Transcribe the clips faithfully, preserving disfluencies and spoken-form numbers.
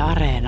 Areena.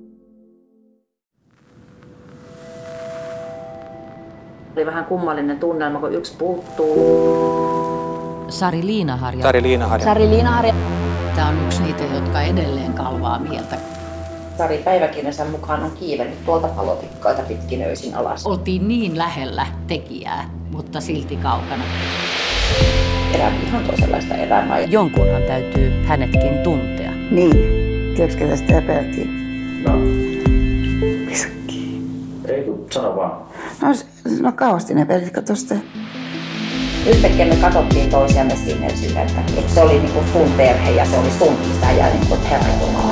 Oli vähän kummallinen tunnelma, kun yksi puuttuu. Sari Liinaharja. Sari Liinaharja. Sari Liinaharja. Tämä on yksi niitä, jotka edelleen kalvaa mieltä. Sari päiväkirjansa mukaan on kiivennyt tuolta palotikkaita pitkin öisin alas. Oltiin niin lähellä tekijää, mutta silti kaukana. Elämä ihan toisenlaista elämää. Jonkunhan täytyy hänetkin tuntea. Niin. Tiedätkö, ketä sitä epäiltiin? No. Pisakki. Ei kun sano vaan. No, no kauheasti ne pelit, kato sitä. Yhtäkkiä me katsottiin toisiamme sinne sille, että, että se oli niinku sun perhe ja se oli sun isä ja niinku, että Herra Jumala.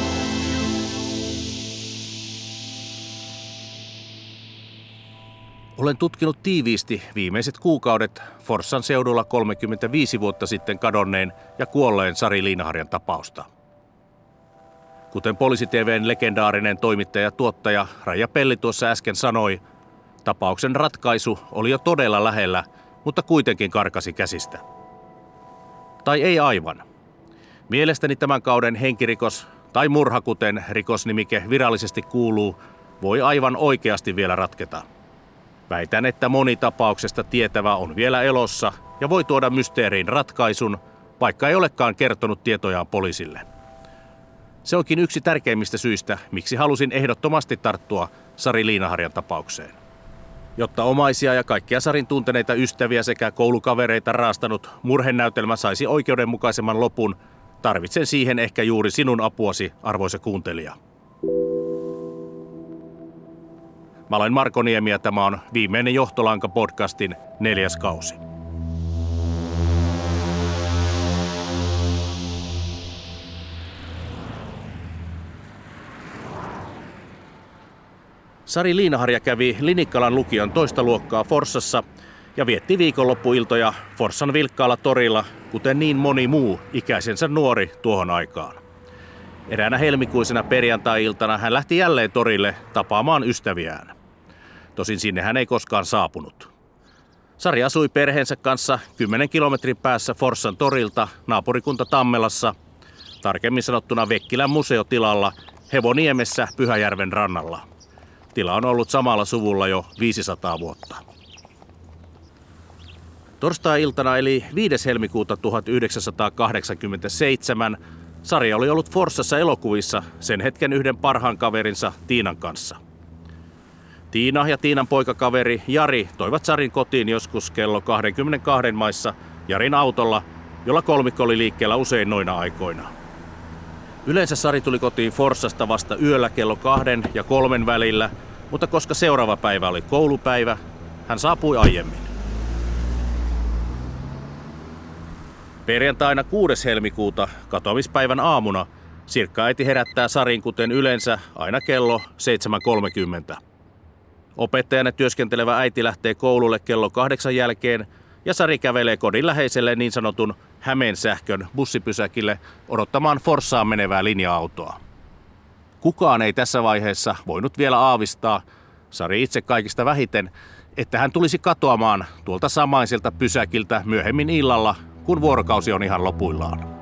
Olen tutkinut tiiviisti viimeiset kuukaudet Forssan seudulla kolmekymmentäviisi vuotta sitten kadonneen ja kuolleen Sari Liinaharjan tapausta. Kuten Poliisi-TV:n legendaarinen toimittaja ja tuottaja Raija Pelli tuossa äsken sanoi, tapauksen ratkaisu oli jo todella lähellä, mutta kuitenkin karkasi käsistä. Tai ei aivan. Mielestäni tämän kauden henkirikos tai murha, kuten rikosnimike virallisesti kuuluu, voi aivan oikeasti vielä ratketa. Väitän, että moni tapauksesta tietävä on vielä elossa ja voi tuoda mysteeriin ratkaisun, vaikka ei olekaan kertonut tietojaan poliisille. Se onkin yksi tärkeimmistä syistä, miksi halusin ehdottomasti tarttua Sari Liinaharjan tapaukseen. Jotta omaisia ja kaikkia Sarin tunteneita ystäviä sekä koulukavereita raastanut murhenäytelmä saisi oikeudenmukaisemman lopun, tarvitsen siihen ehkä juuri sinun apuasi, arvoisa kuuntelija. Mä olen Marko Niemi ja tämä on Viimeinen johtolanka podcastin neljäs kausi. Sari Liinaharja kävi Linikkalan lukion toista luokkaa Forssassa ja vietti viikonloppuiltoja Forssan vilkkaalla torilla, kuten niin moni muu ikäisensä nuori tuohon aikaan. Eräänä helmikuisena perjantai-iltana hän lähti jälleen torille tapaamaan ystäviään. Tosin sinne hän ei koskaan saapunut. Sari asui perheensä kanssa kymmenen kilometrin päässä Forssan torilta naapurikunta Tammelassa, tarkemmin sanottuna Vekkilän museotilalla Hevoniemessä Pyhäjärven rannalla. Tila on ollut samalla suvulla jo viisisataa vuotta. Torstai-iltana eli viides helmikuuta tuhatyhdeksänsataakahdeksankymmentäseitsemän Sari oli ollut Forssassa elokuvissa sen hetken yhden parhaan kaverinsa Tiinan kanssa. Tiina ja Tiinan poikakaveri Jari toivat Sarin kotiin joskus kello kaksikymmentäkaksi maissa Jarin autolla, jolla kolmikko oli liikkeellä usein noina aikoina. Yleensä Sari tuli kotiin Forssasta vasta yöllä kello kahden ja kolmen välillä, mutta koska seuraava päivä oli koulupäivä, hän saapui aiemmin. Perjantaina kuudes helmikuuta katoamispäivän aamuna Sirkka-äiti herättää Sarin kuten yleensä aina kello seitsemän kolmekymmentä. Opettajana työskentelevä äiti lähtee koululle kello kahdeksan jälkeen ja Sari kävelee kodin läheiselle niin sanotun Hämeensähkön bussipysäkille odottamaan Forssaan menevää linja-autoa. Kukaan ei tässä vaiheessa voinut vielä aavistaa, Sari itse kaikista vähiten, että hän tulisi katoamaan tuolta samaiselta pysäkiltä myöhemmin illalla, kun vuorokausi on ihan lopuillaan.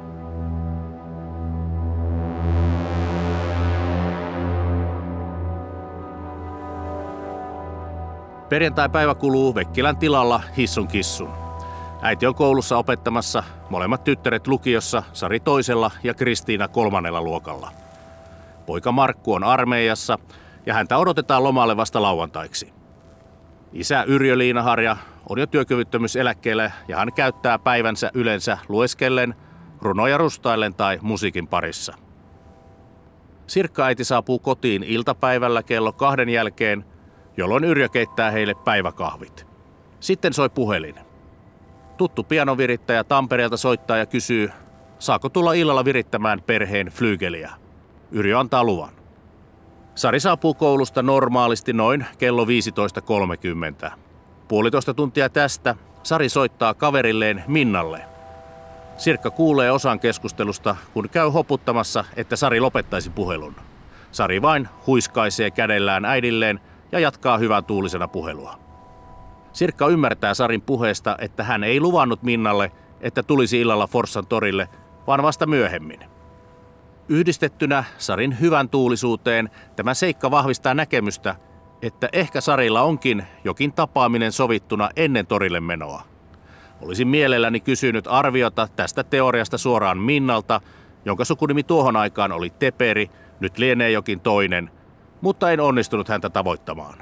Perjantai-päivä kuluu Vekkilän tilalla hissun kissun. Äiti on koulussa opettamassa, molemmat tyttäret lukiossa, Sari toisella ja Kristiina kolmannella luokalla. Poika Markku on armeijassa ja häntä odotetaan lomalle vasta lauantaiksi. Isä Yrjö Liinaharja on jo työkyvyttömyyseläkkeellä ja hän käyttää päivänsä yleensä lueskellen, runoja rustaillen tai musiikin parissa. Sirkka-äiti saapuu kotiin iltapäivällä kello kahden jälkeen, jolloin Yrjö keittää heille päiväkahvit. Sitten soi puhelin. Tuttu pianovirittäjä Tampereelta soittaa ja kysyy, saako tulla illalla virittämään perheen flyygeliä. Yrjö antaa luvan. Sari saapuu koulusta normaalisti noin kello viisitoista kolmekymmentä. Puolitoista tuntia tästä Sari soittaa kaverilleen Minnalle. Sirkka kuulee osan keskustelusta, kun käy hoputtamassa, että Sari lopettaisi puhelun. Sari vain huiskaisee kädellään äidilleen ja jatkaa hyvän tuulisena puhelua. Sirkka ymmärtää Sarin puheesta, että hän ei luvannut Minnalle, että tulisi illalla Forssan torille, vaan vasta myöhemmin. Yhdistettynä Sarin hyvän tuulisuuteen tämä seikka vahvistaa näkemystä, että ehkä Sarilla onkin jokin tapaaminen sovittuna ennen torille menoa. Olisin mielelläni kysynyt arviota tästä teoriasta suoraan Minnalta, jonka sukunimi tuohon aikaan oli Teperi, nyt lienee jokin toinen, mutta en onnistunut häntä tavoittamaan.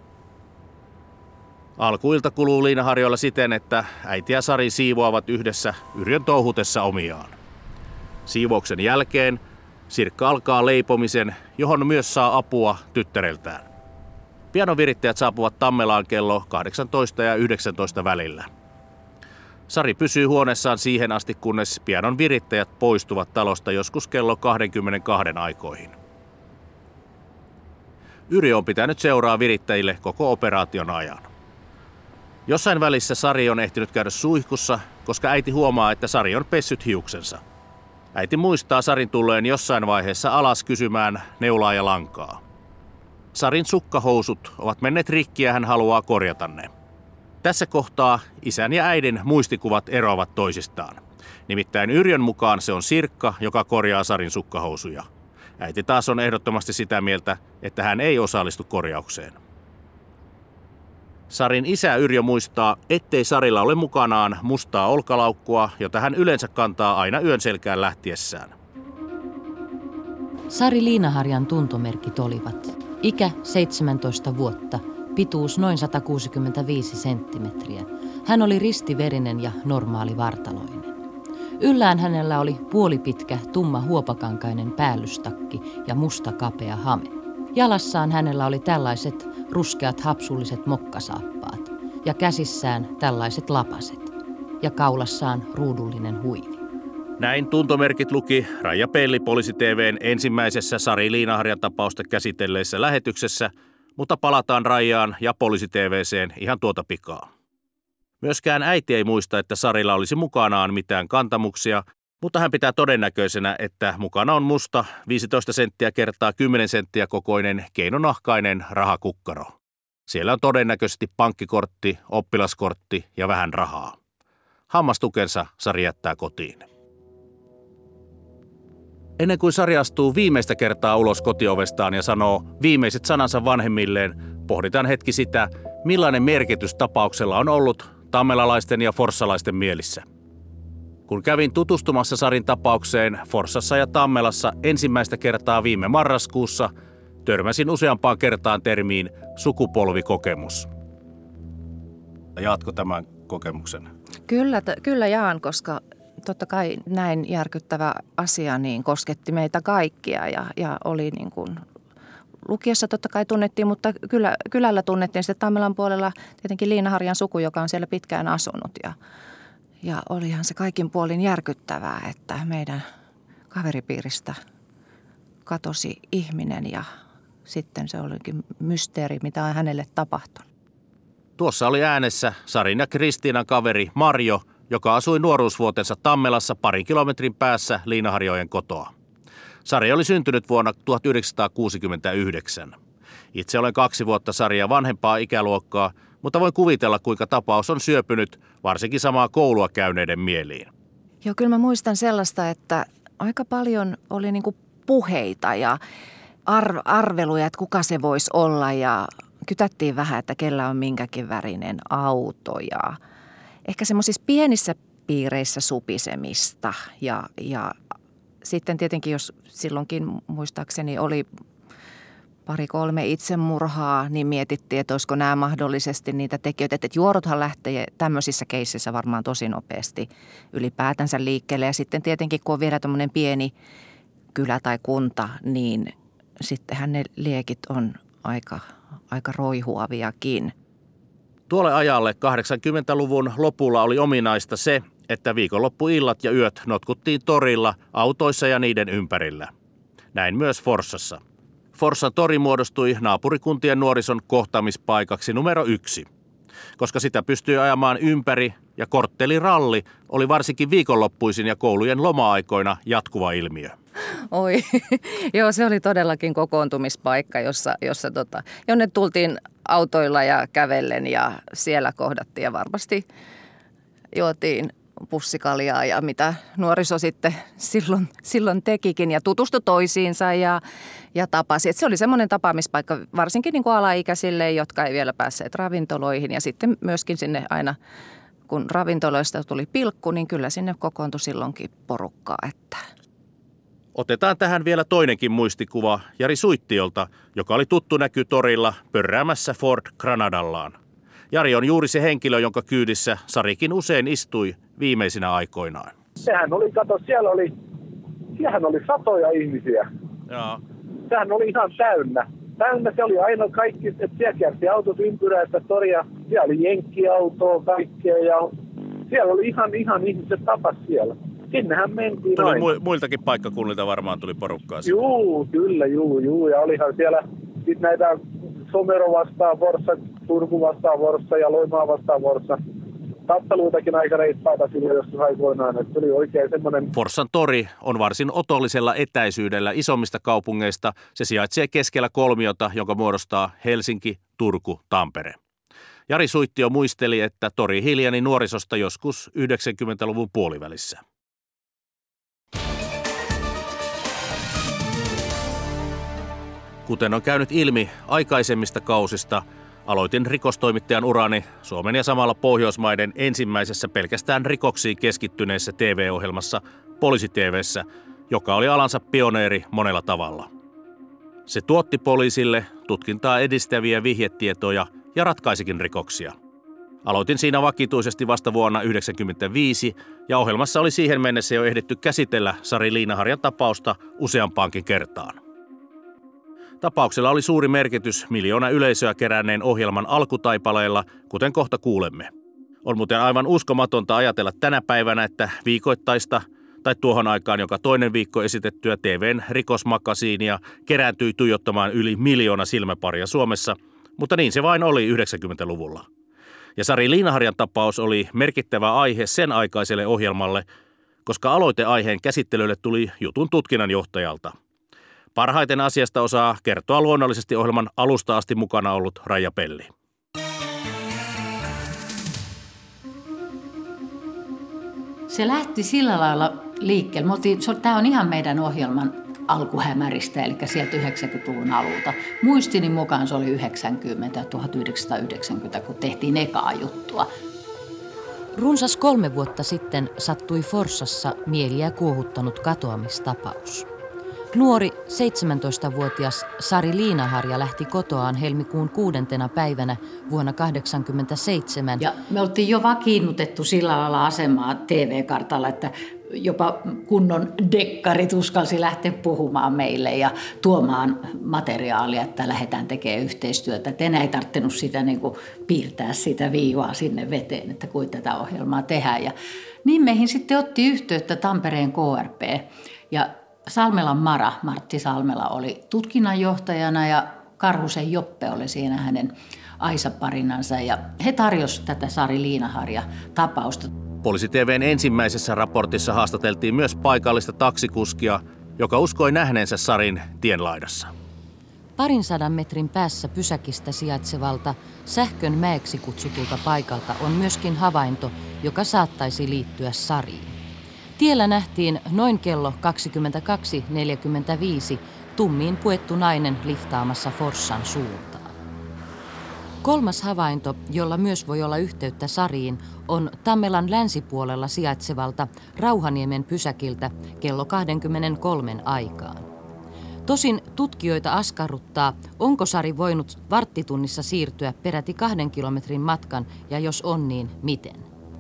Alkuilta kuluu Liinaharjoilla siten, että äiti ja Sari siivoavat yhdessä Yrjön touhutessa omiaan. Siivouksen jälkeen Sirkka alkaa leipomisen, johon myös saa apua tyttäreltään. Pianon virittäjät saapuvat Tammelaan kello kahdeksantoista ja yhdeksäntoista välillä. Sari pysyy huoneessaan siihen asti, kunnes pianon virittäjät poistuvat talosta joskus kello kaksikymmentäkaksi aikoihin. Yrjö on pitänyt seuraa virittäjille koko operaation ajan. Jossain välissä Sari on ehtinyt käydä suihkussa, koska äiti huomaa, että Sari on pessyt hiuksensa. Äiti muistaa Sarin tulleen jossain vaiheessa alas kysymään neulaa ja lankaa. Sarin sukkahousut ovat menneet rikki ja hän haluaa korjata ne. Tässä kohtaa isän ja äidin muistikuvat eroavat toisistaan. Nimittäin Yrjön mukaan se on Sirkka, joka korjaa Sarin sukkahousuja. Äiti taas on ehdottomasti sitä mieltä, että hän ei osallistu korjaukseen. Sarin isä Yrjö muistaa, ettei Sarilla ole mukanaan mustaa olkalaukkua, jota hän yleensä kantaa aina yön selkään lähtiessään. Sari Liinaharjan tuntomerkit olivat ikä seitsemäntoista vuotta, pituus noin sata kuusikymmentäviisi senttimetriä. Hän oli ristiverinen ja normaali vartaloinen. Yllään hänellä oli puolipitkä, tumma huopakankainen päällystakki ja musta kapea hame. Jalassaan hänellä oli tällaiset ruskeat hapsulliset mokkasaappaat ja käsissään tällaiset lapaset ja kaulassaan ruudullinen huivi. Näin tuntomerkit luki Raija Pelli Poliisi T V:n ensimmäisessä Sari Liinaharjan tapausta käsitelleessä lähetyksessä, mutta palataan Raijaan ja Poliisi T V:seen ihan tuota pikaa. Myöskään äiti ei muista, että Sarilla olisi mukanaan mitään kantamuksia, mutta hän pitää todennäköisenä, että mukana on musta viisitoista senttiä kertaa kymmenen senttiä kokoinen keinonahkainen rahakukkaro. Siellä on todennäköisesti pankkikortti, oppilaskortti ja vähän rahaa. Hammastukensa Sari jättää kotiin. Ennen kuin Sari astuu viimeistä kertaa ulos kotiovestaan ja sanoo viimeiset sanansa vanhemmilleen, pohditaan hetki sitä, millainen merkitys tapauksella on ollut tammelalaisten ja forssalaisten mielissä. Kun kävin tutustumassa Sarin tapaukseen Forssassa ja Tammelassa ensimmäistä kertaa viime marraskuussa, törmäsin useampaan kertaan termiin sukupolvikokemus. Jaatko tämän kokemuksen? Kyllä, t- kyllä jaan, koska totta kai näin järkyttävä asia niin kosketti meitä kaikkia ja, ja oli niin kuin lukiessa totta kai tunnettiin, mutta kyllä, kylällä tunnettiin sitten Tammelan puolella tietenkin Liinaharjan suku, joka on siellä pitkään asunut ja Ja olihan se kaikin puolin järkyttävää, että meidän kaveripiiristä katosi ihminen ja sitten se olikin mysteeri, mitä on hänelle tapahtunut. Tuossa oli äänessä Sarin ja Kristiinan kaveri Marjo, joka asui nuoruusvuotensa Tammelassa parin kilometrin päässä Liinaharjojen kotoa. Sari oli syntynyt vuonna tuhatyhdeksänsataakuusikymmentäyhdeksän. Itse olen kaksi vuotta Saria vanhempaa ikäluokkaa, mutta voin kuvitella, kuinka tapaus on syöpynyt varsinkin samaa koulua käyneiden mieliin. Joo, kyllä mä muistan sellaista, että aika paljon oli niinku puheita ja ar- arveluja, että kuka se voisi olla ja kytättiin vähän, että kellä on minkäkin värinen auto ja ehkä semmoisissa pienissä piireissä supisemista ja, ja sitten tietenkin, jos silloinkin muistaakseni oli pari kolme itsemurhaa, niin mietittiin, että olisiko nämä mahdollisesti niitä tekijöitä. Että juoruthan lähtee tämmöisissä keississä varmaan tosi nopeasti ylipäätänsä liikkeelle. Ja sitten tietenkin, kun on vielä tämmöinen pieni kylä tai kunta, niin sittenhän ne liekit on aika, aika roihuaviakin. Tuolle ajalle kahdeksankymmentäluvun lopulla oli ominaista se, että viikonloppuillat ja yöt notkuttiin torilla, autoissa ja niiden ympärillä. Näin myös Forssassa. Forssan tori muodostui naapurikuntien nuorison kohtaamispaikaksi numero yksi. Koska sitä pystyi ajamaan ympäri ja kortteliralli oli varsinkin viikonloppuisin ja koulujen loma-aikoina jatkuva ilmiö. Oi, joo, se oli todellakin kokoontumispaikka, jossa, jossa tota, jonne tultiin autoilla ja kävellen ja siellä kohdattiin ja varmasti juotiin pussikaljaa ja mitä nuoriso sitten silloin, silloin tekikin ja tutustui toisiinsa ja, ja tapasi. Et se oli semmoinen tapaamispaikka varsinkin niin kuin alaikäisille, jotka ei vielä päässeet ravintoloihin ja sitten myöskin sinne aina, kun ravintoloista tuli pilkku, niin kyllä sinne kokoontui silloinkin porukkaa. Että. Otetaan tähän vielä toinenkin muistikuva Jari Suittiolta, joka oli tuttu näky torilla pörräämässä Ford Granadallaan. Jari on juuri se henkilö, jonka kyydissä Sarikin usein istui viimeisinä aikoinaan. Sehän oli, kato, siellä oli, siellähän oli satoja ihmisiä. Jaa. Sehän oli ihan täynnä. Täynnä se oli aina kaikki, että siellä kierti autot ympyräistä toria. Siellä oli jenkkiautoa, kaikkea ja siellä oli ihan, ihan ihmiset tapas siellä. Sinnehän mentiin Tuli aina. mu- muiltakin paikkakunnilta varmaan tuli porukkaa. Juu, kyllä, juu, juu. Ja olihan siellä sit näitä Somero vastaan Forssa, Turku vastaan Forssa ja Loimaa vastaan Forssa. Tappeluitakin aika reippaita silloin joskus aikoinaan. Että tuli oikein semmoinen... Forssan tori on varsin otollisella etäisyydellä isommista kaupungeista. Se sijaitsee keskellä kolmiota, jonka muodostaa Helsinki, Turku, Tampere. Jari Suittio muisteli, että tori hiljeni nuorisosta joskus yhdeksänkymmentäluvun puolivälissä. Kuten on käynyt ilmi aikaisemmista kausista, aloitin rikostoimittajan urani Suomen ja samalla Pohjoismaiden ensimmäisessä pelkästään rikoksiin keskittyneessä T V-ohjelmassa Poliisi-TV:ssä, joka oli alansa pioneeri monella tavalla. Se tuotti poliisille tutkintaa edistäviä vihjetietoja ja ratkaisikin rikoksia. Aloitin siinä vakituisesti vasta vuonna yhdeksänkymmentäviisi ja ohjelmassa oli siihen mennessä jo ehditty käsitellä Sari Liinaharjan tapausta useampaankin kertaan. Tapauksella oli suuri merkitys miljoona yleisöä keränneen ohjelman alkutaipaleilla, kuten kohta kuulemme. On muuten aivan uskomatonta ajatella tänä päivänä, että viikoittaista tai tuohon aikaan joka toinen viikko esitettyä T V:n rikosmakasiinia kerääntyi tuijottamaan yli miljoona silmäparia Suomessa, mutta niin se vain oli yhdeksänkymmentäluvulla. Ja Sari Liinaharjan tapaus oli merkittävä aihe sen aikaiselle ohjelmalle, koska aloite aiheen käsittelylle tuli jutun tutkinnanjohtajalta. Parhaiten asiasta osaa kertoa luonnollisesti ohjelman alusta asti mukana ollut Raija Pelli. Se lähti sillä lailla liikkeelle. Tämä on ihan meidän ohjelman alkuhämäristä, eli sieltä yhdeksänkymmentäluvun alulta. Muistini mukaan se oli yhdeksänkymmentä, tuhatyhdeksänsataayhdeksänkymmentä, kun tehtiin ekaa juttua. Runsas kolme vuotta sitten sattui Forssassa mieliä kuohuttanut katoamistapaus. Nuori seitsemäntoistavuotias Sari Liinaharja lähti kotoaan helmikuun kuudentena päivänä vuonna kahdeksankymmentäseitsemän. Ja me oltiin jo vakiinnutettu sillä lailla asemaa T V-kartalla, että jopa kunnon dekkarit uskalsi lähteä puhumaan meille ja tuomaan materiaalia, että lähdetään tekemään yhteistyötä. Et enää ei tarvinnut sitä niin kuin piirtää sitä viivaa sinne veteen, että kuin tätä ohjelmaa tehdään. Ja niin meihin sitten otti yhteyttä Tampereen K R P ja Salmelan Mara, Martti Salmela oli tutkinnanjohtajana ja Karhusen Joppe oli siinä hänen aisaparinansa ja he tarjosivat tätä Sari Liinaharja-tapausta. Poliisi-TV:n ensimmäisessä raportissa haastateltiin myös paikallista taksikuskia, joka uskoi nähneensä Sarin tienlaidassa. Parin sadan metrin päässä pysäkistä sijaitsevalta sähkön mäeksi kutsutulta paikalta on myöskin havainto, joka saattaisi liittyä Sariin. Tiellä nähtiin noin kello kaksikymmentäkaksi neljäkymmentäviisi tummiin puettu nainen liftaamassa Forssan suuntaan. Kolmas havainto, jolla myös voi olla yhteyttä Sariin, on Tammelan länsipuolella sijaitsevalta Rauhaniemen pysäkiltä kello kaksikymmentäkolme aikaan. Tosin tutkijoita askarruttaa, onko Sari voinut varttitunnissa siirtyä peräti kahden kilometrin matkan ja jos on, niin miten?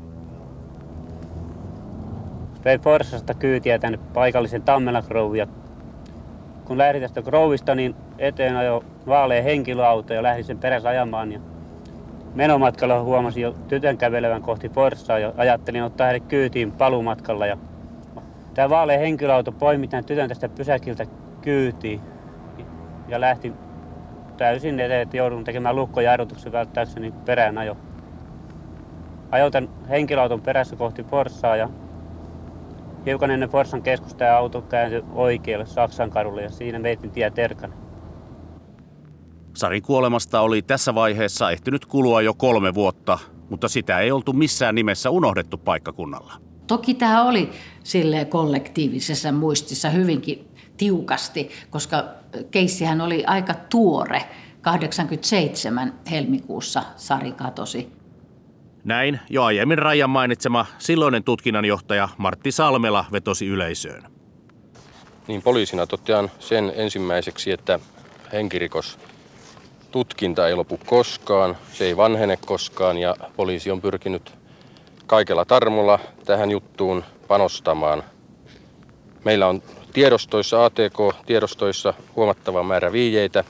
Vein Forssasta kyytiä tänne paikallisen Tammelan Grouviin ja kun lähdin tästä Grouvista, niin eteen ajoi vaalea henkilöauto ja lähdin sen perässä ajamaan. Ja menomatkalla huomasin jo tytön kävelevän kohti Forssaa ja ajattelin ottaa heille kyytiin paluumatkalla. Ja tämä vaalea henkilöauto poimi tämän tytön tästä pysäkiltä kyytiin ja lähti täysin eteen, että joudun tekemään lukkojarrutuksen välttääkseni perään ajo. Ajoin tämän henkilöauton perässä kohti Forssaa ja hiukan ennen Forssan keskustaa ja auto kääntyi oikealle Saksan kadulle ja siinä veitin tie Terkane. Sarin kuolemasta oli tässä vaiheessa ehtinyt kulua jo kolme vuotta, mutta sitä ei oltu missään nimessä unohdettu paikkakunnalla. Toki tämä oli silleen kollektiivisessa muistissa hyvinkin tiukasti, koska keissihän oli aika tuore. kahdeksankymmentäseitsemän helmikuussa Sari katosi. Näin jo aiemmin Raijan mainitsema silloinen tutkinnanjohtaja Martti Salmela vetosi yleisöön. Niin poliisina totean sen ensimmäiseksi, että henkirikos tutkinta ei lopu koskaan, se ei vanhene koskaan ja poliisi on pyrkinyt kaikella tarmolla tähän juttuun panostamaan. Meillä on tiedostoissa, A T K-tiedostoissa huomattava määrä viijeitä,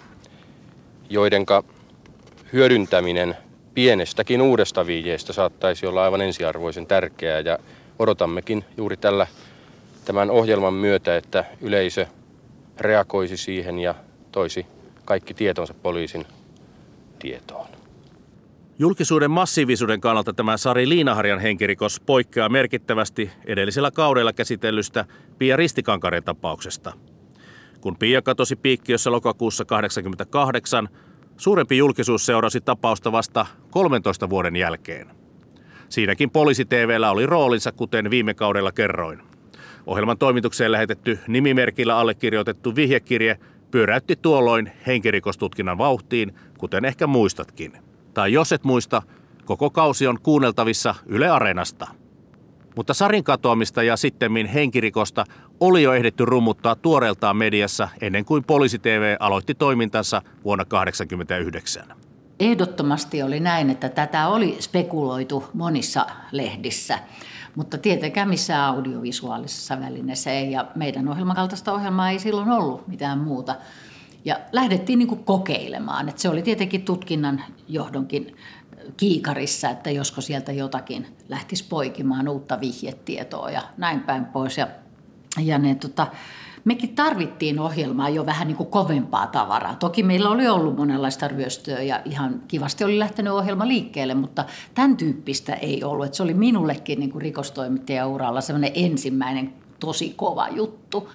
joidenka hyödyntäminen pienestäkin uudesta viijeestä saattaisi olla aivan ensiarvoisen tärkeää ja odotammekin juuri tällä tämän ohjelman myötä, että yleisö reagoisi siihen ja toisi kaikki tietonsa poliisin tietoon. Julkisuuden massiivisuuden kannalta tämä Sari Liinaharjan henkirikos poikkeaa merkittävästi edellisellä kaudella käsitellystä Pia Ristikankaren tapauksesta. Kun Pia katosi Piikkiössä lokakuussa kahdeksankymmentäkahdeksan, suurempi julkisuus seurasi tapausta vasta kolmentoista vuoden jälkeen. Siinäkin Poliisi T V:llä oli roolinsa, kuten viime kaudella kerroin. Ohjelman toimitukseen lähetetty nimimerkillä allekirjoitettu vihjekirje pyöräytti tuolloin henkirikostutkinnan vauhtiin, kuten ehkä muistatkin. Tai jos et muista, koko kausi on kuunneltavissa Yle Areenasta. Mutta Sarin katoamista ja sittemmin henkirikosta oli jo ehditty rummuttaa tuoreeltaan mediassa ennen kuin Poliisi T V aloitti toimintansa vuonna tuhatyhdeksänsataakahdeksankymmentäyhdeksän. Ehdottomasti oli näin, että tätä oli spekuloitu monissa lehdissä, mutta tietenkään missään audiovisuaalisessa välineessä ei, ja meidän ohjelman kaltaista ohjelmaa ei silloin ollut mitään muuta. Ja lähdettiin niin kuin kokeilemaan, että se oli tietenkin tutkinnan johdonkin kiikarissa, että josko sieltä jotakin lähtisi poikimaan uutta vihjetietoa ja näin päin pois. Ja, ja ne, tota, mekin tarvittiin ohjelmaa jo vähän niin kuin kovempaa tavaraa. Toki meillä oli ollut monenlaista ryöstöä ja ihan kivasti oli lähtenyt ohjelma liikkeelle, mutta tämän tyyppistä ei ollut. Että se oli minullekin niin kuin rikostoimittajan uralla semmoinen ensimmäinen tosi kova juttu.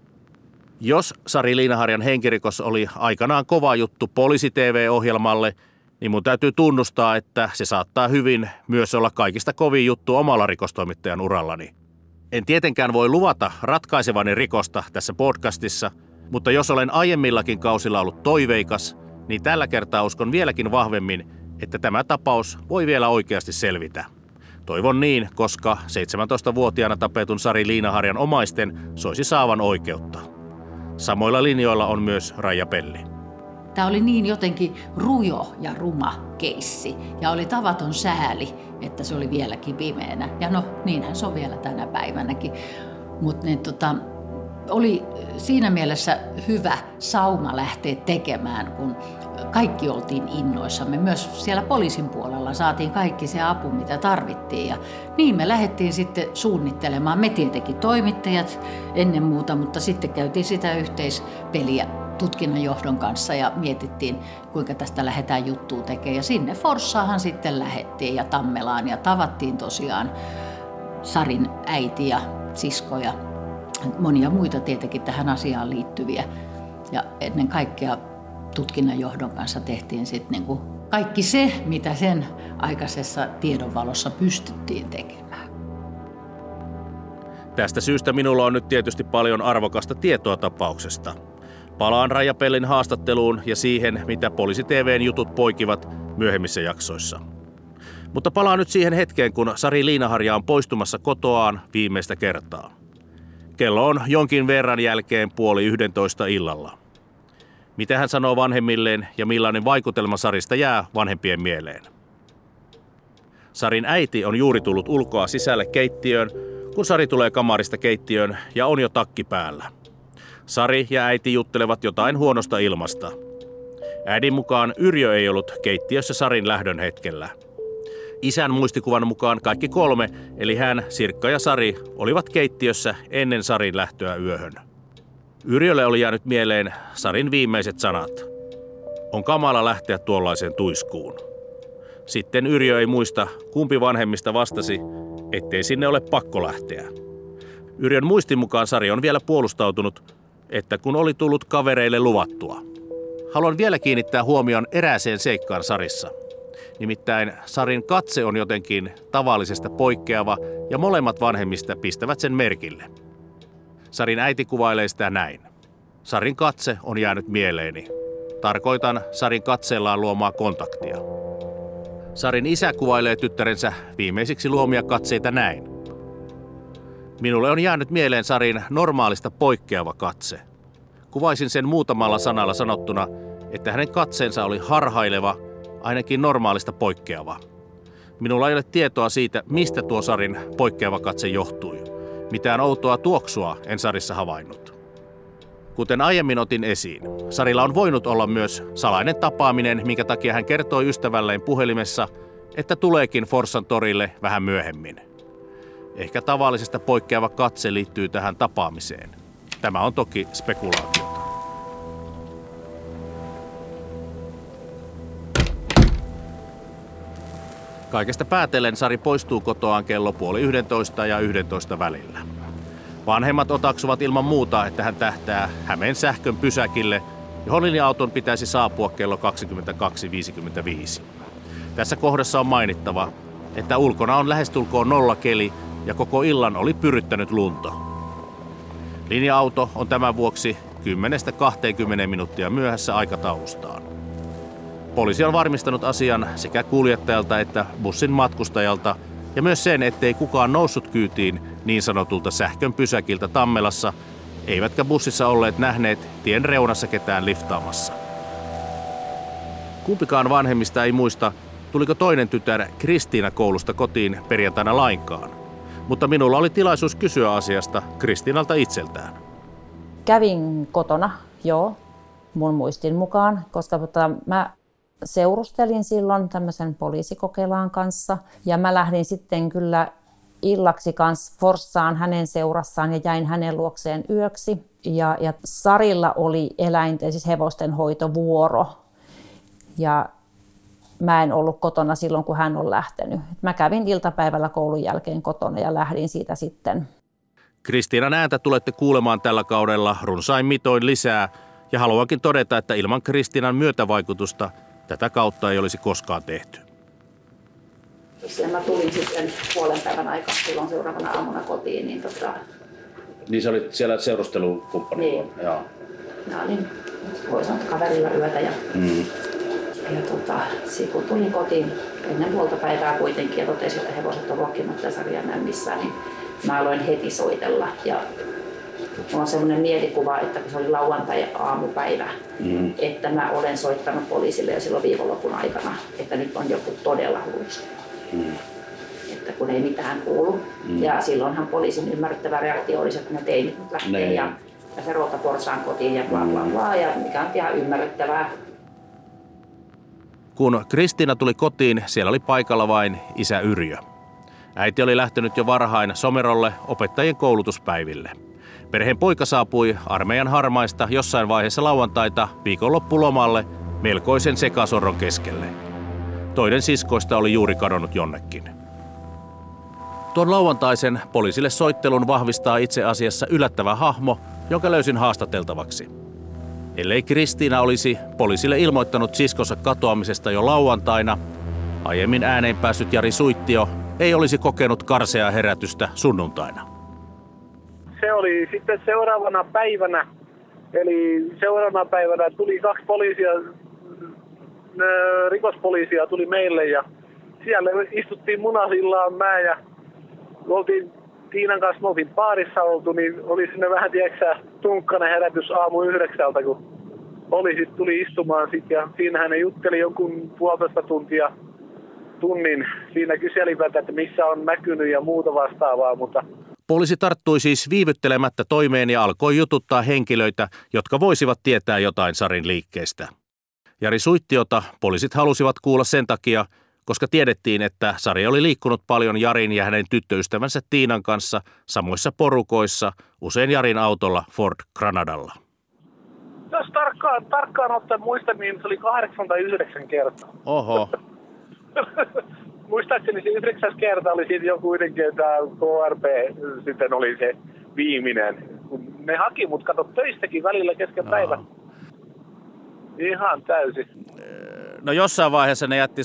Jos Sari Liinaharjan henkirikos oli aikanaan kova juttu Poliisi T V-ohjelmalle, niin mun täytyy tunnustaa, että se saattaa hyvin myös olla kaikista kovin juttu omalla rikostoimittajan urallani. En tietenkään voi luvata ratkaisevani rikosta tässä podcastissa, mutta jos olen aiemmillakin kausilla ollut toiveikas, niin tällä kertaa uskon vieläkin vahvemmin, että tämä tapaus voi vielä oikeasti selvitä. Toivon niin, koska seitsemäntoistavuotiaana tapetun Sari Liinaharjan omaisten soisi saavan oikeutta. Samoilla linjoilla on myös Raija Pelli. Tämä oli niin jotenkin rujo ja ruma keissi ja oli tavaton sääli, että se oli vieläkin pimeänä. Ja no, niinhän se on vielä tänä päivänäkin. Mutta niin, tota, oli siinä mielessä hyvä sauma lähteä tekemään, kun kaikki oltiin innoissamme. Myös siellä poliisin puolella saatiin kaikki se apu, mitä tarvittiin. Ja niin me lähdettiin sitten suunnittelemaan. Me tietenkin toimittajat ennen muuta, mutta sitten käytiin sitä yhteispeliä tutkinnan johdon kanssa ja mietittiin, kuinka tästä lähdetään juttua tekemään. Ja sinne Forssaahan sitten lähdettiin ja Tammelaan ja tavattiin tosiaan Sarin äiti ja sisko ja monia muita tietenkin tähän asiaan liittyviä. Ja ennen kaikkea tutkinnan johdon kanssa tehtiin sitten niin kuin kaikki se, mitä sen aikaisessa tiedonvalossa pystyttiin tekemään. Tästä syystä minulla on nyt tietysti paljon arvokasta tietoa tapauksesta. Palaan Raija Pellin haastatteluun ja siihen, mitä Poliisi T V:n jutut poikivat myöhemmissä jaksoissa. Mutta palaan nyt siihen hetkeen, kun Sari Liinaharja on poistumassa kotoaan viimeistä kertaa. Kello on jonkin verran jälkeen puoli yhdentoista illalla. Mitä hän sanoo vanhemmilleen ja millainen vaikutelma Sarista jää vanhempien mieleen? Sarin äiti on juuri tullut ulkoa sisälle keittiöön, kun Sari tulee kamarista keittiöön ja on jo takki päällä. Sari ja äiti juttelevat jotain huonosta ilmasta. Äidin mukaan Yrjö ei ollut keittiössä Sarin lähdön hetkellä. Isän muistikuvan mukaan kaikki kolme, eli hän, Sirkka ja Sari, olivat keittiössä ennen Sarin lähtöä yöhön. Yrjölle oli jäänyt mieleen Sarin viimeiset sanat. On kamala lähteä tuollaiseen tuiskuun. Sitten Yrjö ei muista, kumpi vanhemmista vastasi, ettei sinne ole pakko lähteä. Yrjön muistin mukaan Sari on vielä puolustautunut, että kun oli tullut kavereille luvattua. Haluan vielä kiinnittää huomion erääseen seikkaan Sarissa. Nimittäin Sarin katse on jotenkin tavallisesta poikkeava ja molemmat vanhemmista pistävät sen merkille. Sarin äiti kuvailee sitä näin. Sarin katse on jäänyt mieleeni. Tarkoitan Sarin katseellaan luomaa kontaktia. Sarin isä kuvailee tyttärensä viimeisiksi luomia katseita näin. Minulle on jäänyt mieleen Sarin normaalista poikkeava katse. Kuvaisin sen muutamalla sanalla sanottuna, että hänen katseensa oli harhaileva, ainakin normaalista poikkeava. Minulla ei ole tietoa siitä, mistä tuo Sarin poikkeava katse johtui. Mitään outoa tuoksua en Sarissa havainnut. Kuten aiemmin otin esiin, Sarilla on voinut olla myös salainen tapaaminen, minkä takia hän kertoi ystävälleen puhelimessa, että tuleekin Forssan torille vähän myöhemmin. Ehkä tavallisesta poikkeava katse liittyy tähän tapaamiseen. Tämä on toki spekulaatiota. Kaikesta päätellen Sari poistuu kotoaan kello puoli yhdentoista ja yhdentoista välillä. Vanhemmat otaksuvat ilman muuta, että hän tähtää Hämeen sähkön pysäkille, johon linja-auton pitäisi saapua kello kaksikymmentäkaksi viisikymmentäviisi. Tässä kohdassa on mainittava, että ulkona on lähestulkoon nollakeli ja koko illan oli pyryttänyt lunto. Linja-auto on tämän vuoksi kymmenestä kahteenkymmeneen minuuttia myöhässä aikataulustaan. Poliisi on varmistanut asian sekä kuljettajalta että bussin matkustajalta ja myös sen, ettei kukaan noussut kyytiin niin sanotulta sähkön pysäkiltä Tammelassa, eivätkä bussissa olleet nähneet tien reunassa ketään liftaamassa. Kumpikaan vanhemmista ei muista, tuliko toinen tytär Kristiina koulusta kotiin perjantaina lainkaan. Mutta minulla oli tilaisuus kysyä asiasta Kristiinalta itseltään. Kävin kotona, joo, mun muistin mukaan, koska tota, mä seurustelin silloin tämmöisen poliisikokeilaan kanssa. Ja mä lähdin sitten kyllä illaksi kanssa Forssaan hänen seurassaan ja jäin hänen luokseen yöksi. Ja, ja Sarilla oli eläinten, siis hevosten hoitovuoro. Ja mä en ollut kotona silloin, kun hän on lähtenyt. Mä kävin iltapäivällä koulun jälkeen kotona ja lähdin siitä sitten. Kristiinan ääntä tulette kuulemaan tällä kaudella runsain mitoin lisää. Ja haluankin todeta, että ilman Kristiinan myötävaikutusta tätä kautta ei olisi koskaan tehty. Tosiaan mä tulin sitten puolen päivän aikaa silloin seuraavana aamuna kotiin. Niin, tota... niin sä olit siellä seurustelukumppani? Niin. Joo. Mä olin, voi sanoa, kaverilla yötä. Ja, mm. ja tota, sit kun tulin kotiin ennen puolta päivää kuitenkin ja totesin, että hevoset on ruokkimatta ja Sari ei näy missään, niin mä aloin heti soitella. Ja mulla on sellainen mielikuva, että kun se oli lauantai-aamupäivä, mm. että mä olen soittanut poliisille jo silloin viikonlopun aikana, että nyt on joku todella hullusti. Mm. Että kun ei mitään kuulu. Mm. Ja silloinhan poliisin ymmärrettävä reaktio olisi, että ne teinit nyt lähtee ne. ja, ja se routa Forssaan kotiin ja bla bla bla, ja mikä on ihan ymmärrettävää. Kun Kristiina tuli kotiin, siellä oli paikalla vain isä Yrjö. Äiti oli lähtenyt jo varhain Somerolle opettajien koulutuspäiville. Perheen poika saapui armeijan harmaista jossain vaiheessa lauantaita viikonloppulomalle melkoisen sekasorron keskelle. Toinen siskoista oli juuri kadonnut jonnekin. Tuon lauantaisen poliisille soittelun vahvistaa itse asiassa yllättävä hahmo, jonka löysin haastateltavaksi. Ellei Kristiina olisi poliisille ilmoittanut siskonsa katoamisesta jo lauantaina, aiemmin ääneen päässyt Jari Suittio ei olisi kokenut karseaa herätystä sunnuntaina. Se oli sitten seuraavana päivänä, eli seuraavana päivänä tuli kaksi poliisia, rikospoliisia tuli meille ja siellä istuttiin munasillaan mä ja oltiin Tiinan kanssa, me oltiin baarissa oltu, niin oli sinne vähän tieksä tunkkainen herätys aamu yhdeksältä, kun poliisit tuli istumaan sit ja siinähän ne jutteli jonkun puolitoista tuntia tunnin. Siinä kyselivät, että missä on näkynyt ja muuta vastaavaa, mutta poliisi tarttui siis viivyttelemättä toimeen ja alkoi jututtaa henkilöitä, jotka voisivat tietää jotain Sarin liikkeestä. Jari Suittiota poliisit halusivat kuulla sen takia, koska tiedettiin, että Sari oli liikkunut paljon Jarin ja hänen tyttöystävänsä Tiinan kanssa samoissa porukoissa, usein Jarin autolla Ford Granadalla. Jos tarkkaan, tarkkaan ottaen muistan, niin se oli kahdeksan tai yhdeksän kertaa. Oho. Muistaakseni se yhdeksäs kerta oli sitten jo kuitenkin, että K R P sitten oli se viimeinen. Ne haki mut kato töistäkin välillä kesken no. päivän. Ihan täysin. No jossain vaiheessa ne jätti sut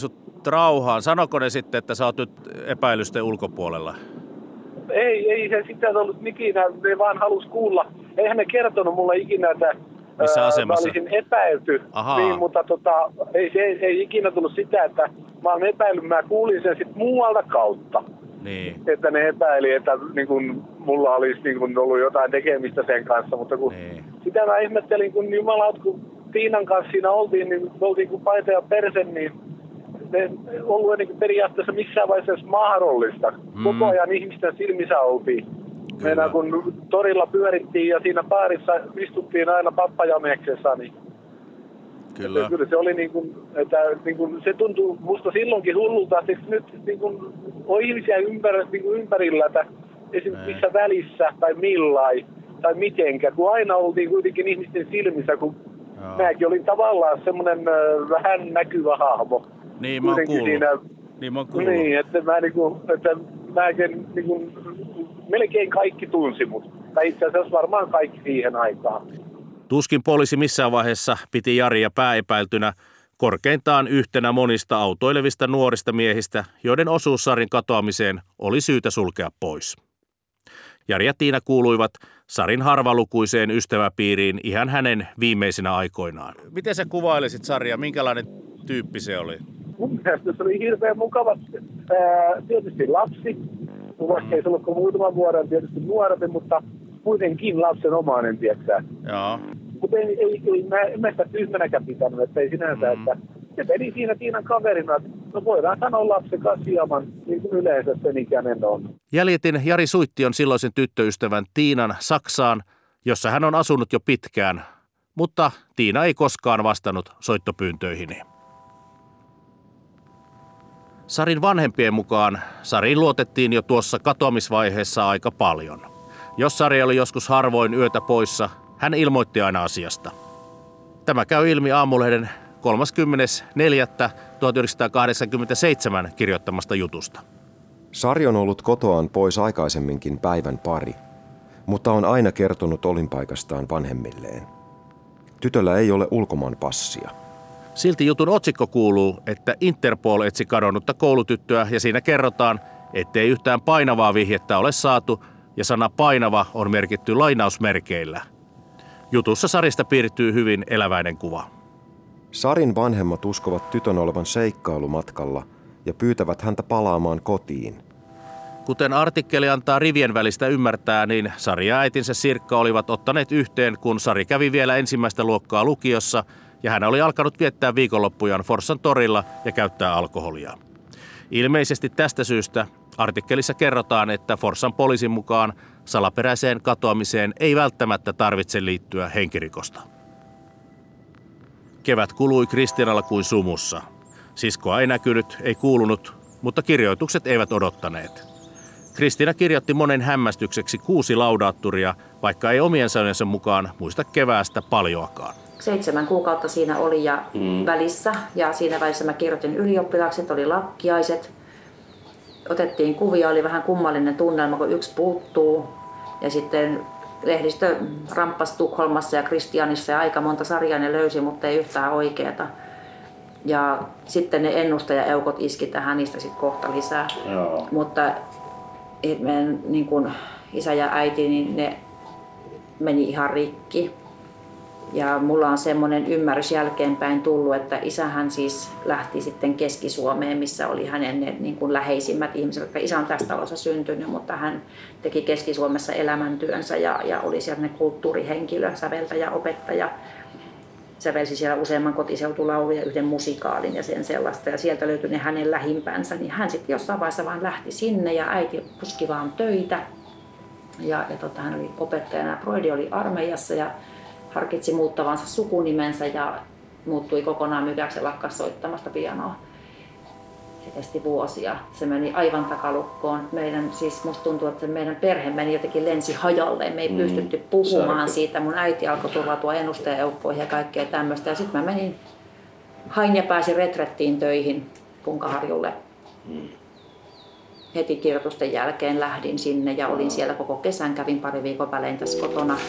nyt rauhaan. Sanoko ne sitten, että sä oot nyt epäilysten ulkopuolella? Ei, ei se sitten ollut ikinä, ne vaan halus kuulla. Eihän ne kertonut mulle ikinä, että missä asemassa? Mä olisin epäilty. Niin, mutta tota, ei, ei, ei ikinä tullut sitä, että mä olen epäillyt. Mä kuulin sen sitten muualta kautta. Niin. Että ne epäili, että niin kun, mulla olisi niin kun, ollut jotain tekemistä sen kanssa. Mutta kun niin. Sitä mä ihmettelin, kun jumalaut, kun Tiinan kanssa siinä oltiin, niin oltiin kuin paita ja perse, niin ne ollut niin periaatteessa missään vaiheessa mahdollista. Mm. Koko ajan ihmisten silmissä oltiin. Meidän kun torilla pyörittiin ja siinä baarissa istuttiin aina pappajameksessa, niin kyllä. kyllä se oli niin kuin, että niin kuin se tuntui musta silloinkin hullulta, että nyt niin kuin on ihmisiä ympär, niin kuin ympärillä, että esimerkiksi missä välissä tai millain tai mitenkä, kun aina oltiin kuitenkin ihmisten silmissä, kun joo. Mäkin olin tavallaan semmoinen vähän näkyvä hahmo. Niin mä oon kuullut. Siinä, niin mä oon kuullut. Niin, että mä niin kuin, että mäkin niin kuin, melkein kaikki tunsi mut. Tai itse asiassa varmaan kaikki siihen aikaan. Tuskin poliisi missään vaiheessa piti Jaria pääepäiltynä, korkeintaan yhtenä monista autoilevista nuorista miehistä, joiden osuus Sarin katoamiseen oli syytä sulkea pois. Jari ja Tiina kuuluivat Sarin harvalukuiseen ystäväpiiriin ihan hänen viimeisinä aikoinaan. Miten sä kuvailisit Saria? Minkälainen tyyppi se oli? Mun mielestä se oli hirveän mukava. Ää, tietysti lapsi, vaikka ei se ollut kuin muutaman vuoden tietysti nuorempi, mutta kuitenkin lapsenomainen, tiedätkö? Joo. Mutta ei, ei, ei, mä en mä sitä tyhmänäkään pitänyt, että ei sinänsä, mm. että se meni siinä Tiinan kaverina. No voidaan sanoa lapsen kanssa hieman, niin kuin yleensä sen ikäinen on. Jäljitin Jari Suittion silloisen tyttöystävän Tiinan Saksaan, jossa hän on asunut jo pitkään, mutta Tiina ei koskaan vastannut soittopyyntöihini. Sarin vanhempien mukaan Sariin luotettiin jo tuossa katoamisvaiheessa aika paljon. Jos Sari oli joskus harvoin yötä poissa, hän ilmoitti aina asiasta. Tämä käy ilmi Aamulehden kolmaskymmenes neljättä tuhatyhdeksänsataakahdeksankymmentäseitsemän kirjoittamasta jutusta. Sari on ollut kotoaan pois aikaisemminkin päivän pari, mutta on aina kertonut olinpaikastaan vanhemmilleen. Tytöllä ei ole ulkomaan passia. Silti jutun otsikko kuuluu, että Interpol etsi kadonnutta koulutyttöä ja siinä kerrotaan, ettei yhtään painavaa vihjettä ole saatu ja sana painava on merkitty lainausmerkeillä. Jutussa Sarista piirtyy hyvin eläväinen kuva. Sarin vanhemmat uskovat tytön olevan seikkailumatkalla ja pyytävät häntä palaamaan kotiin. Kuten artikkeli antaa rivien välistä ymmärtää, niin Sari ja äitinsä Sirkka olivat ottaneet yhteen, kun Sari kävi vielä ensimmäistä luokkaa lukiossa ja hän oli alkanut viettää viikonloppujaan Forssan torilla ja käyttää alkoholia. Ilmeisesti tästä syystä artikkelissa kerrotaan, että Forssan poliisin mukaan salaperäiseen katoamiseen ei välttämättä tarvitse liittyä henkirikosta. Kevät kului Kristiinalla kuin sumussa. Siskoa ei näkynyt, ei kuulunut, mutta kirjoitukset eivät odottaneet. Kristiina kirjoitti monen hämmästykseksi kuusi laudaatturia, vaikka ei omien sanojensa mukaan muista keväästä paljoakaan. Seitsemän kuukautta siinä oli ja mm. välissä ja siinä välissä mä kirjoitin ylioppilaakset, oli lakkiaiset. Otettiin kuvia, oli vähän kummallinen tunnelma, kun yksi puuttuu ja sitten lehdistö ramppasi Tukholmassa ja Kristianissa ja aika monta sarjaa ne löysi, mutta ei yhtään oikeata. Ja sitten ne ennustajaeukot iski tähän, niistä sitten kohta lisää. Joo. Mutta meidän niin kun isä ja äiti, niin ne meni ihan rikki. Ja mulla on semmoinen ymmärrys jälkeenpäin tullut, että isähän siis lähti sitten Keski-Suomeen, missä oli hänen ne niin kuin läheisimmät ihmiset. Isä on tässä talossa syntynyt, mutta hän teki Keski-Suomessa elämäntyönsä ja, ja oli siellä kulttuurihenkilö, säveltäjä, opettaja. Sävelsi siellä useamman kotiseutulaulun ja yhden musikaalin ja sen sellaista. Ja sieltä löytyi ne hänen lähimpänsä, niin hän sitten jossain vaiheessa vaan lähti sinne ja äiti puski vaan töitä. Ja, ja tota, hän oli opettajana, Broidi oli armeijassa ja harkitsi muuttavansa sukunimensä ja muuttui kokonaan myyjäksi ja lakkasi soittamasta pianoa. Se kesti vuosia. Se meni aivan takalukkoon. Meidän, siis musta tuntuu, että meidän perhe meni jotenkin lensi hajalle. Me ei mm, pystytty puhumaan särky. Siitä. Mun äiti alkoi turvautua ennustajaeukkoihin ja kaikkea tämmöistä. Ja sitten mä menin, hain ja pääsin retrettiin töihin Punkaharjulle. Mm. Heti kirjoitusten jälkeen lähdin sinne ja olin siellä koko kesän. Kävin pari viikon välein tässä kotona.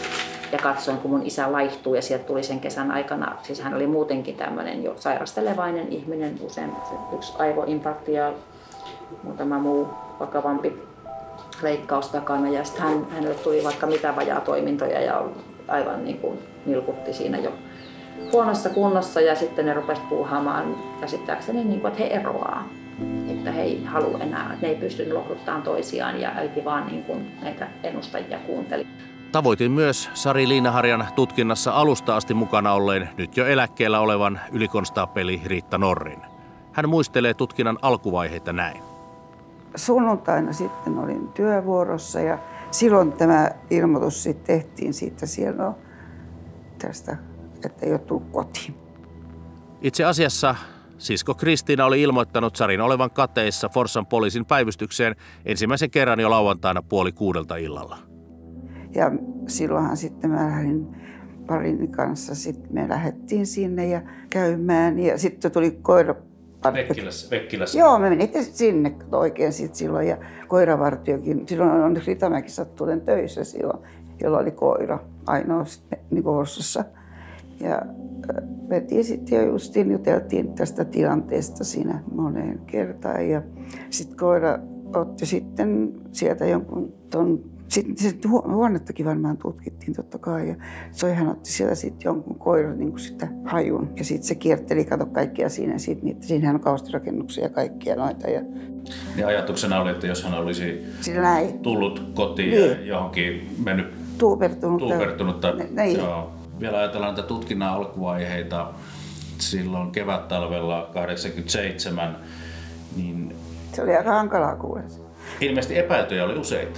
ja katsoin, kun mun isä laihtuu ja sieltä tuli sen kesän aikana, siis hän oli muutenkin tämmöinen jo sairastelevainen ihminen, usein yksi aivoinfarkti ja muutama muu vakavampi leikkaus takana ja sitten hän, hänelle tuli vaikka mitä vajaatoimintoja ja aivan niin kuin nilkutti siinä jo huonossa kunnossa ja sitten ne rupesi puuhaamaan käsittääkseni, niin kuin, että he eroaa, että he ei halua enää, että ne ei pysty lohduttamaan toisiaan ja äiti vaan niin kuin näitä ennustajia kuunteli. Tavoitin myös Sari Liinaharjan tutkinnassa alusta asti mukana olleen nyt jo eläkkeellä olevan ylikonstaapeli Riitta Norrin. Hän muistelee tutkinnan alkuvaiheita näin. Sunnuntaina sitten olin työvuorossa ja silloin tämä ilmoitus sitten tehtiin siitä siellä tästä, että ei ole tullut kotiin. Itse asiassa sisko Kristiina oli ilmoittanut Sarin olevan kateissa Forssan poliisin päivystykseen ensimmäisen kerran jo lauantaina puoli kuudelta illalla. Ja silloinhan sitten mä lähdin parin kanssa, sitten me lähdettiin sinne ja käymään ja sitten tuli koira. Vekkilässä, Vekkilässä. Joo, me menitte sinne oikein sit silloin ja koiravartiokin. Silloin on Ritamäki sattuuden töissä silloin, jolla oli koira ainoa niin Forssassa. Ja mentiin sitten jo justiin, juteltiin tästä tilanteesta siinä moneen kertaan. Ja sitten koira otti sitten sieltä jonkun ton, sitten sit huonettakin varmaan tutkittiin totta kai. Ja Soihan otti sieltä sitten jonkun koiran niin kuin sitä hajun. Ja sitten se kierteli, kato kaikkia siinä. Sit, niin, siinähän on kaustirakennuksia ja kaikkia noita. Ja niin ajatuksena oli, että jos hän olisi Näin. tullut kotiin niin. ja johonkin mennyt tuupertunutta. tuupertunutta Näin. Joo. Vielä ajatellaan näitä tutkinnan alkuvaiheita silloin kevät-talvella kahdeksankymmentäseitsemän. Niin se oli aika hankalaa kuulemma. Ilmeisesti epäiltyjä oli useita.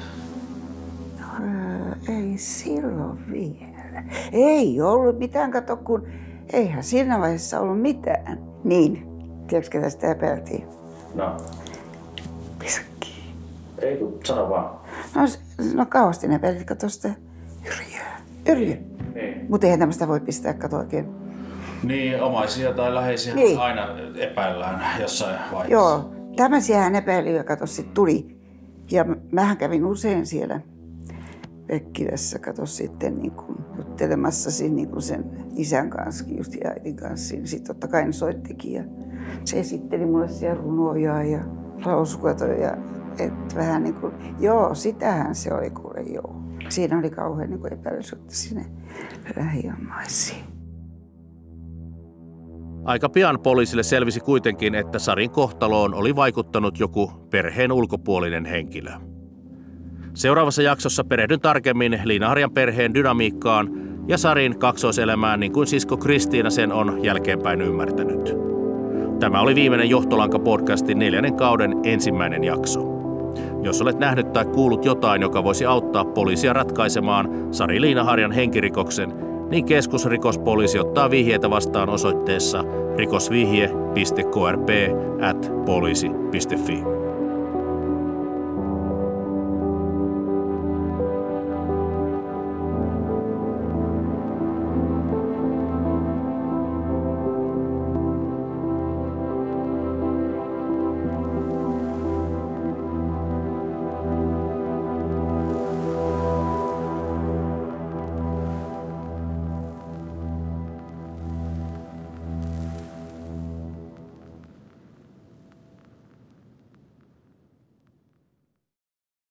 Öö, ei silloin vielä. Ei ollut mitään, kato kun eihän siinä vaiheessa ollut mitään. Niin, tiedätkö ketä sitä epäiltiin? No. Pisakki. Ei kun sano vaan. No, no kauheasti ne epäilit, kato sitä Yrjöä. Yrjö. Niin. Mutta eihän tämmöistä voi pistää, kato oikein. Niin, omaisia tai läheisiä niin. Aina epäillään jossain vaiheessa. Joo, tämmöisiähän epäilyjä, kato, sit tuli. Ja mähän kävin usein siellä Vekkilässä, kato sitten niin kuin juttelemassa siinä, niin kuin sen isän kanssa, just ja äitin kanssa. Sitten totta kai ne soittikin ja se esitteli mulle siellä runoja ja lausukatoja. Että vähän niin kuin, joo, sitähän se oli kuule, joo. Siinä oli kauhean niin kuin epäilysyyttä sinne lähiommaisiin. Aika pian poliisille selvisi kuitenkin, että Sarin kohtaloon oli vaikuttanut joku perheen ulkopuolinen henkilö. Seuraavassa jaksossa perehdyn tarkemmin Liinaharjan perheen dynamiikkaan ja Sarin kaksoiselämään niin kuin sisko Kristiina sen on jälkeenpäin ymmärtänyt. Tämä oli viimeinen Johtolanka-podcastin neljännen kauden ensimmäinen jakso. Jos olet nähnyt tai kuullut jotain, joka voisi auttaa poliisia ratkaisemaan Sari Liinaharjan henkirikoksen, niin keskusrikospoliisi ottaa vihjeitä vastaan osoitteessa rikosvihje piste k r p ät poliisi piste f i.